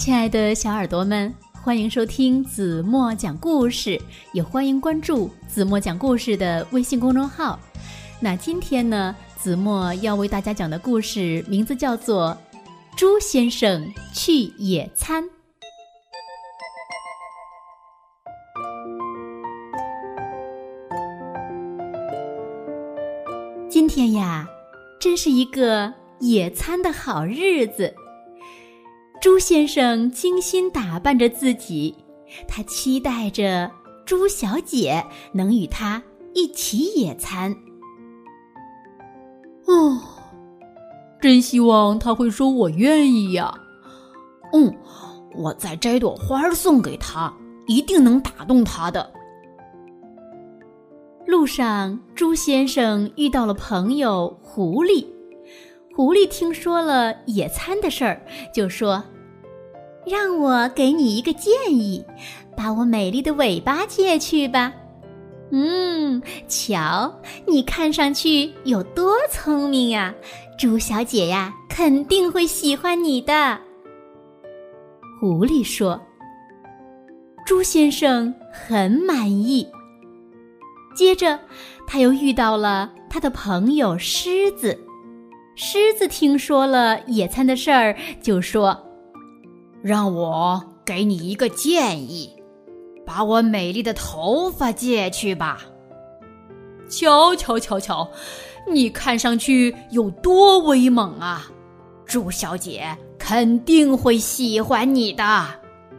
亲爱的小耳朵们，欢迎收听子墨讲故事，也欢迎关注子墨讲故事的微信公众号。那今天呢，子墨要为大家讲的故事名字叫做《猪先生去野餐》。今天呀，真是一个野餐的好日子。猪先生精心打扮着自己，他期待着猪小姐能与他一起野餐。 真希望他会说我愿意呀。我再摘朵花送给他，一定能打动他的。 路上，猪先生遇到了朋友狐狸。狐狸听说了野餐的事儿，就说：让我给你一个建议，把我美丽的尾巴借去吧。瞧，你看上去有多聪明呀，猪小姐呀，肯定会喜欢你的。狐狸说。猪先生很满意。接着，他又遇到了他的朋友狮子。狮子听说了野餐的事儿，就说： 让我给你一个建议，把我美丽的头发借去吧。瞧，你看上去有多威猛啊，猪小姐肯定会喜欢你的。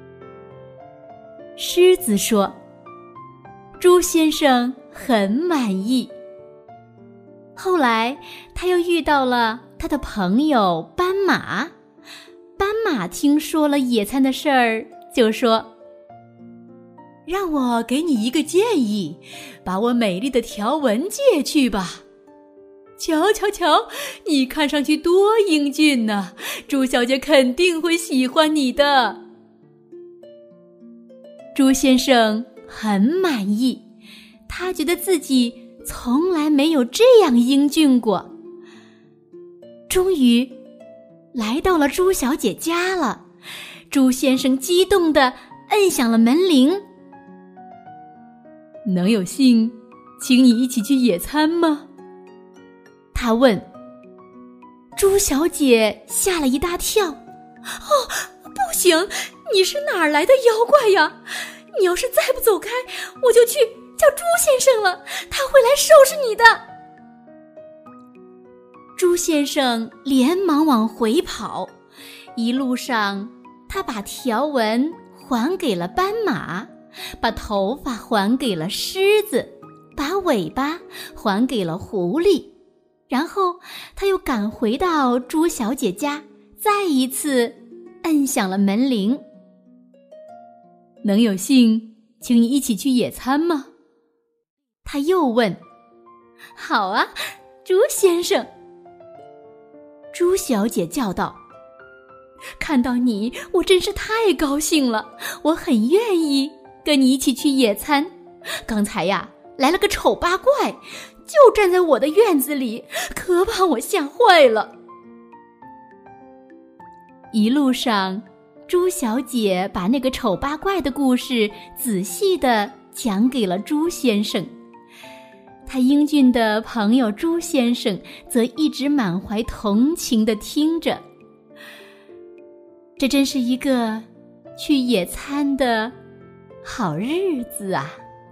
狮子说。猪先生很满意。后来他又遇到了他的朋友斑马。斑马听说了野餐的事儿，就说：让我给你一个建议，把我美丽的条纹借去吧。瞧，你看上去多英俊呢，猪小姐肯定会喜欢你的。猪先生很满意，他觉得自己从来没有这样英俊过。终于来到了猪小姐家了，猪先生激动地摁响了门铃。能有幸请你一起去野餐吗？他问。猪小姐吓了一大跳。不行，你是哪儿来的妖怪呀？你要是再不走开，我就去叫猪先生了，他会来收拾你的。猪先生连忙往回跑，一路上他把条纹还给了斑马，把头发还给了狮子，把尾巴还给了狐狸，然后他又赶回到猪小姐家，再一次摁响了门铃。能有幸请你一起去野餐吗？他又问。好啊，猪先生。猪小姐叫道。看到你，我真是太高兴了，我很愿意跟你一起去野餐。刚才呀，来了个丑八怪，就站在我的院子里，可把我吓坏了。一路上，猪小姐把那个丑八怪的故事仔细地讲给了猪先生。他英俊的朋友猪先生则一直满怀同情地听着。这真是一个去野餐的好日子啊！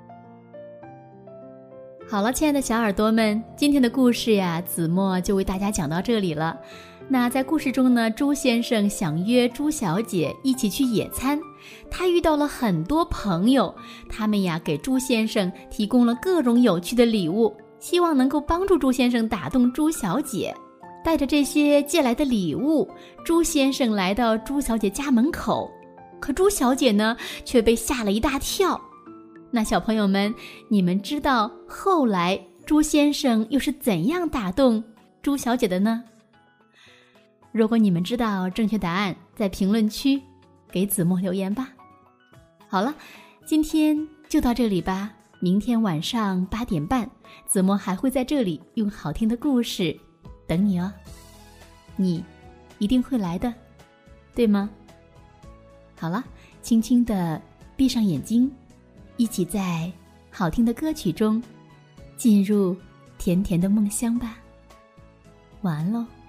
好了，亲爱的小耳朵们，今天的故事呀，子墨就为大家讲到这里了。那在故事中呢，猪先生想约猪小姐一起去野餐，他遇到了很多朋友，他们呀给猪先生提供了各种有趣的礼物，希望能够帮助猪先生打动猪小姐。带着这些借来的礼物，猪先生来到猪小姐家门口，可猪小姐呢却被吓了一大跳。那小朋友们，你们知道后来猪先生又是怎样打动猪小姐的呢？如果你们知道正确答案，在评论区给子墨留言吧。好了，今天就到这里吧。明天晚上8点半，子墨还会在这里用好听的故事等你哦。你一定会来的，对吗？ 好了，轻轻地闭上眼睛，一起在好听的歌曲中进入甜甜的梦乡吧。晚安喽。